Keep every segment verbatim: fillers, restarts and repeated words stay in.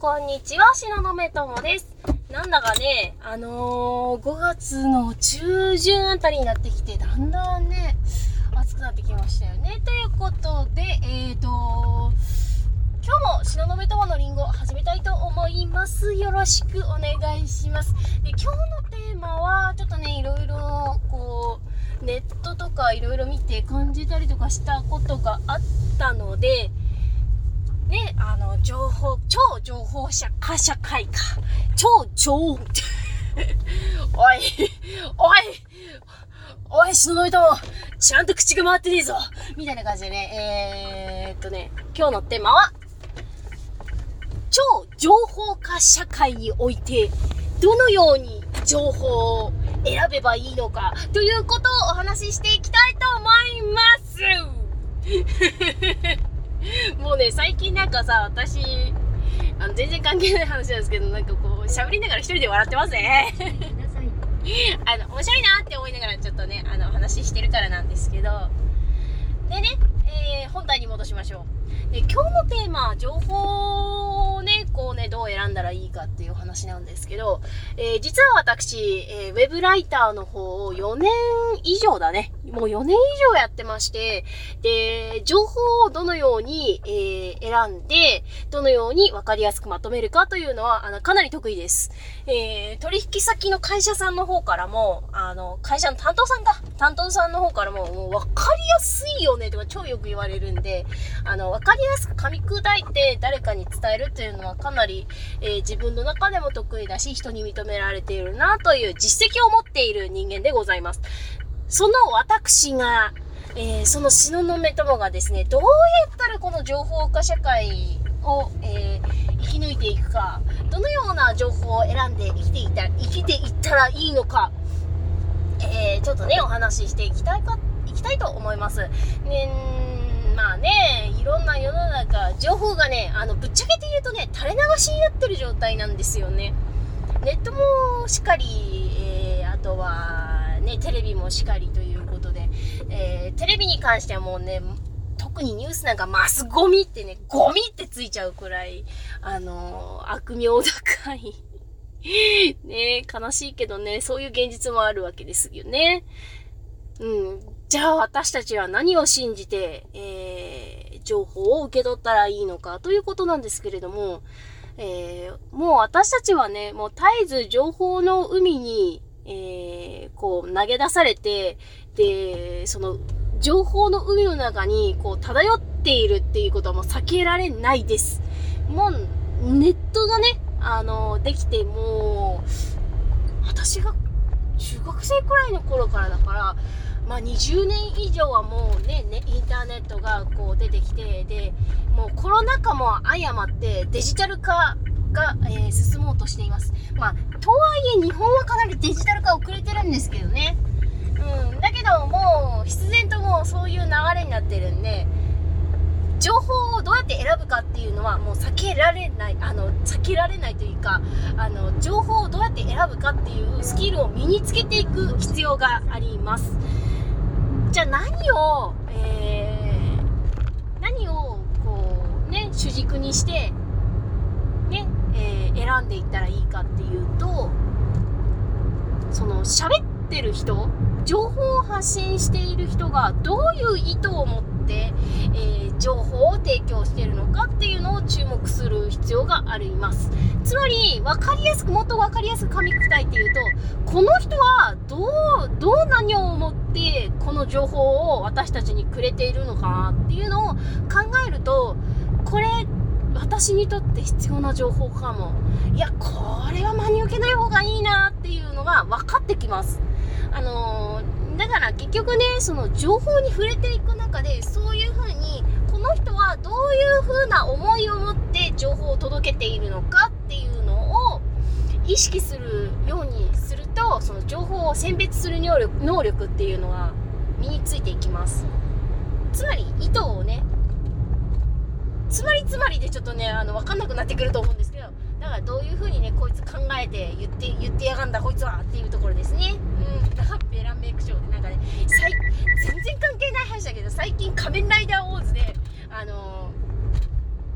こんにちは、しののめともです。なんだかね、あのー、ごがつの中旬あたりになってきて、だんだんね、暑くなってきましたよね。ということで、えーと、今日もしののめとものりんご始めたいと思います。よろしくお願いします。で、今日のテーマは、ちょっとね、いろいろ、こう、ネットとかいろいろ見て感じたりとかしたことがあったので、ね、あの、情報、超情報社化社会か。超情、おい、おい、おい、しののみとも、ちゃんと口が回ってねえぞみたいな感じでね、えーっとね、今日のテーマは、超情報化社会において、どのように情報を選べばいいのか、ということをお話ししていきたいと思いますもうね、最近なんかさ、私、あの全然関係ない話なんですけど、なんかこう、喋りながら一人で笑ってますね。あの、面白いなって思いながらちょっとね、あの、話してるからなんですけど、でね、えー、本題に戻しましょう。で、今日のテーマ、情報をね、こうね、どう選んだらいいかっていう話なんですけど、えー、実は私、えー、ウェブライターの方をよねん以上だね。もうよねん以上やってまして、で、情報をどのように、えー、選んで、どのように分かりやすくまとめるかというのは、あの、かなり得意です。えー、取引先の会社さんの方からも、あの、会社の担当さんか、担当さんの方からも、もう分かりやすいよねとか超よく言われるんで、あの、分かりやすく噛み砕いて誰かに伝えるというのはかなり、えー、自分の中でも得意だし、人に認められているなという実績を持っている人間でございます。その私が、えー、そのしののめともがですね、どうやったらこの情報化社会を、えー、生き抜いていくか、どのような情報を選んで生きていったら、生きていったらいいのか、えー、ちょっとね、お話ししていきたいか、いきたいと思います。ね、まあね、いろんな世の中、情報がね、あの、ぶっちゃけて言うとね、垂れ流しになってる状態なんですよね。ネットもしっかり、えー、あとは、ね、テレビもしっかりということで、えー、テレビに関してはもうね、特にニュースなんかマスゴミってね、ゴミってついちゃうくらい、あのー、悪名高い。ね、悲しいけどね、そういう現実もあるわけですよね。うん。じゃあ私たちは何を信じて、えー、情報を受け取ったらいいのかということなんですけれども、えー、もう私たちはね、もう絶えず情報の海に、えー、こう投げ出されて、で、その情報の海の中にこう漂っているっていうことはもう避けられないです。もうネットがね、あの、できてもう、私が中学生くらいの頃からだから、まあにじゅうねん以上はもうね、ねインターネットがこう出てきて、で、もうコロナ禍も相まってデジタル化が、えー、進もうとしています。まあ、とはいえ日本はかなりデジタル化遅れてるんですけどね。うん、だけどもう必然ともうそういう流れになってるんで、情報をどうやって選ぶかっていうのはもう避けられない、あの、避けられないというか、あの、情報をどうやって選ぶかっていうスキルを身につけていく必要があります。じゃあ何を、えー、何をこうね、主軸にして、ね、えー、選んでいったらいいかっていうと、その喋ってる人、情報を発信している人がどういう意図を持って、えー、情報を提供しているのかっていうのを注目する必要があります。つまり分かりやすく、もっと分かりやすく噛み砕いて言うと、この人はどうどう何を思ってこの情報を私たちにくれているのかなっていうのを考えると、これ私にとって必要な情報かも、いやこれは真に受けない方がいいなっていうのが分かってきます。あのー、だから結局ね、その情報に触れていく中で、そういう風にこの人はどういう風な思いを持って情報を届けているのかっていうのを意識するようにすると、その情報を選別する能力、能力っていうのは身についていきます。つまり意図をね、つまりつまりでちょっとね、あの分かんなくなってくると思うんですけど、だからどういう風にね、こいつ考えて言って言ってやがんだこいつはっていうところですね。うん、だからベランメイクショーでなんかね、全然関係ない話だけど、最近仮面ライダーウォーズであのー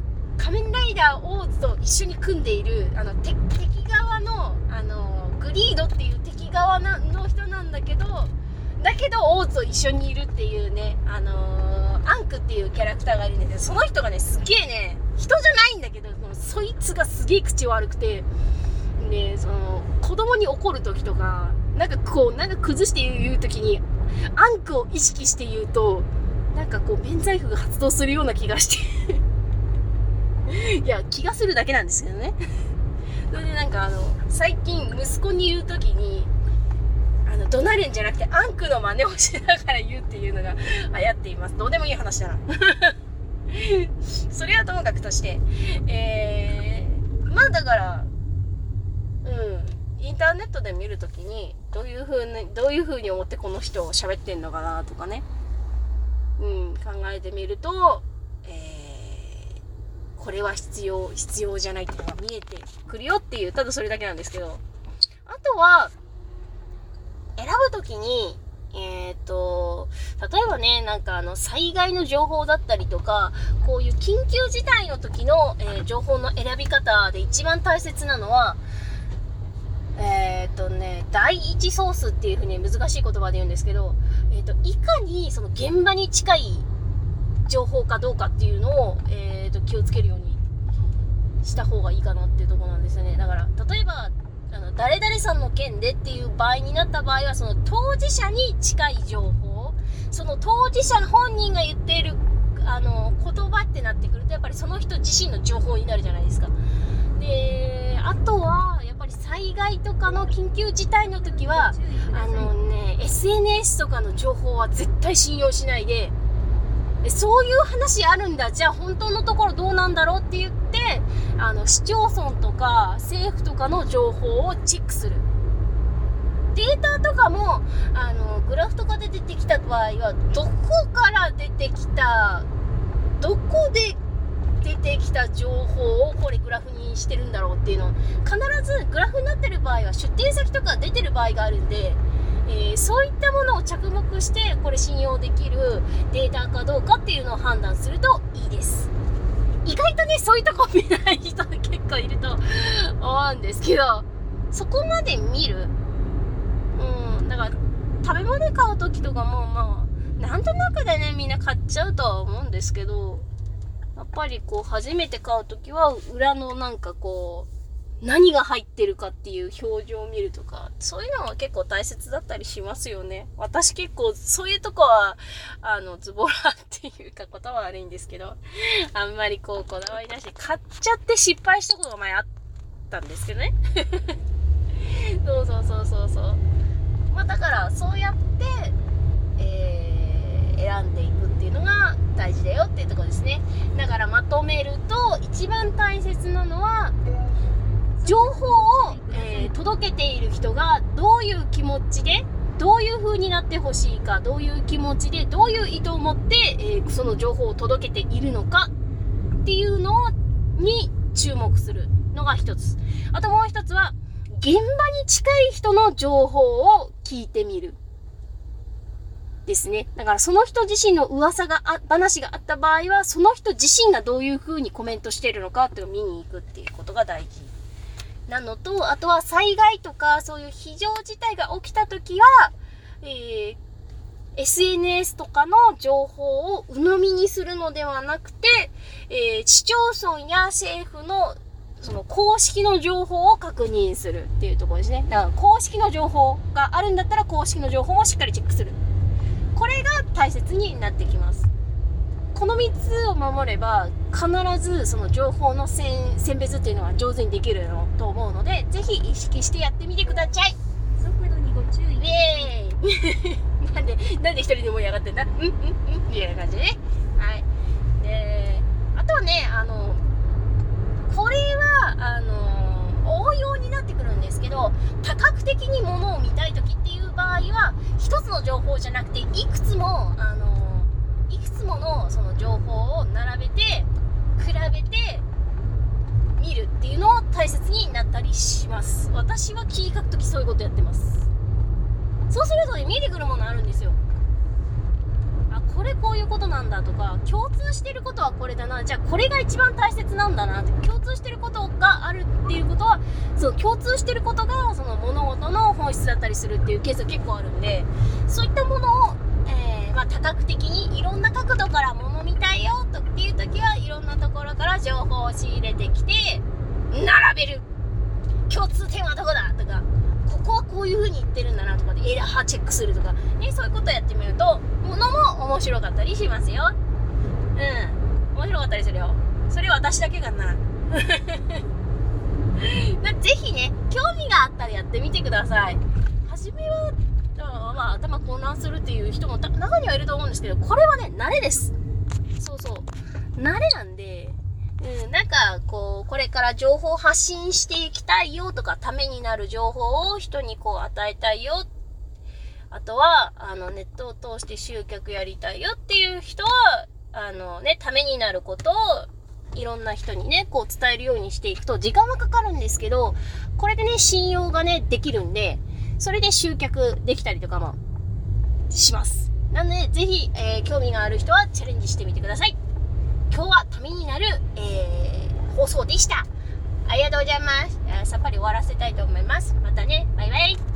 仮面ライダーオーズと一緒に組んでいるあの敵側のあのグリードっていう敵側なの人なんだけど、だけどオーズと一緒にいるっていうね、あのー、アンクっていうキャラクターがいるんですけど、その人がねすげえね、人じゃないんだけどそいつがすげえ口悪くて、でその子供に怒る時とかなんかこうなんか崩して言う時にアンクを意識して言うとなんかこう免罪符が発動するような気がしていや気がするだけなんですけどねそれでなんかあの最近息子に言う時にあの怒鳴るんじゃなくてアンクの真似をしながら言うっていうのが流行っています。どうでもいい話だなそれはともかくとして、えー、まあだからうんインターネットで見るときにどういう風にどういう風に思ってこの人を喋ってんのかなとかね、うん、考えてみると、えー、これは必要必要じゃないっていうのが見えてくるよっていう、ただそれだけなんですけど、あとは選ぶときにえっと例えばね、なんかあの災害の情報だったりとか、こういう緊急事態の時の、えー、情報の選び方で一番大切なのはえっとね、第一ソースっていう風に難しい言葉で言うんですけど、えっと、いかにその現場に近い情報かどうかっていうのを、えっと、気をつけるようにした方がいいかなっていうところなんですよね。だから、例えば、あの、誰々さんの件でっていう場合になった場合は、その当事者に近い情報、その当事者本人が言っている、あの、言葉ってなってくると、やっぱりその人自身の情報になるじゃないですか。で、あとは、やっぱり災害とかの緊急事態の時は、あのね、エスエヌエス とかの情報は絶対信用しないで、でそういう話あるんだ、じゃあ本当のところどうなんだろうって言って、あの、市町村とか政府とかの情報をチェックする。データとかも、あの、グラフとかで出てきた場合は、どこから出てきた、どこで出てきた情報をこれグラフにしてるんだろうっていうのを必ずグラフになってる場合は出店先とか出てる場合があるんで、えー、そういったものを着目してこれ信用できるデータかどうかっていうのを判断するといいです。意外とねそういうとこ見ない人結構いると思うんですけど、そこまで見る、うん、だから食べ物買う時とかもまあなんとなくでねみんな買っちゃうとは思うんですけど、やっぱりこう初めて買うときは裏のなんかこう何が入ってるかっていう表情を見るとか、そういうのは結構大切だったりしますよね。私結構そういうとこはあのズボラっていうか言葉悪いんですけど、あんまりこうこだわりだし買っちゃって失敗したことが前あったんですけどねそうそうそうそうそう、まあだからそうやってえー、選んでいくっていうのが大事だよっていうところですね。だからまとめると一番大切なのは情報を、えー、届けている人がどういう気持ちでどういう風になってほしいか、どういう気持ちでどういう意図を持って、えー、その情報を届けているのかっていうのに注目するのが一つ。あともう一つは現場に近い人の情報を聞いてみるですね。だからその人自身の噂があ話があった場合はその人自身がどういう風にコメントしているのかっていうのを見に行くっていうことが大事なのと、あとは災害とかそういう非常事態が起きた時は、えー、エスエヌエス とかの情報を鵜呑みにするのではなくて、えー、市町村や政府のその公式の情報を確認するっていうところですね。だから公式の情報があるんだったら公式の情報もしっかりチェックする。これが大切になってきます。このみっつを守れば必ずその情報の選別っていうのは上手にできるのと思うので、ぜひ意識してやってみてください。 速度にご注意。 イエーイなんでなんで一人で盛り上がってんだ、うんうんうんみたいな感じでね。はい。で、あとはね、あのこれはあの応用になってくるんですけど、多角的に物を見たいときっていう場合は一つの情報じゃなくていくつもあのいくつものその情報を並べて比べて見るっていうのを大切になったりします。私はキー書くときそういうことやってます。そうするとね見えてくるものあるんですよ。あ、 これこういうことなんだとか、共通してることはこれだな、じゃあこれが一番大切なんだなって、共通してることがあるっていうことは、その共通してることがその物事の本質だったりするっていうケースが結構あるんで、そういったものを、えーまあ、多角的にいろんな角度から物見たいよとっていう時は、いろんなところから情報を仕入れてきて並べる。共通点はどこだとか、ここはこういう風に言ってるんだなとかでエラーチェックするとか、ね、そういうことをやってみるとものも面白かったりしますよ。うん、面白かったりするよ。それ私だけかな。ぜひね、興味があったらやってみてください。初めは、まあ、頭混乱するっていう人も中にはいると思うんですけど、これはね、慣れです。そうそう、慣れなんで、うん、なんかこうこれから情報を発信していきたいよとか、ためになる情報を人にこう与えたいよ、あとはあのネットを通して集客やりたいよっていう人は、あのね、ためになることをいろんな人にねこう伝えるようにしていくと、時間はかかるんですけど、これでね信用がねできるんで、それで集客できたりとかもします。なのでぜひ、えー、興味がある人はチャレンジしてみてください。今日はためになる、えー、放送でした。ありがとうございます。さっぱり終わらせたいと思います。またね、バイバイ。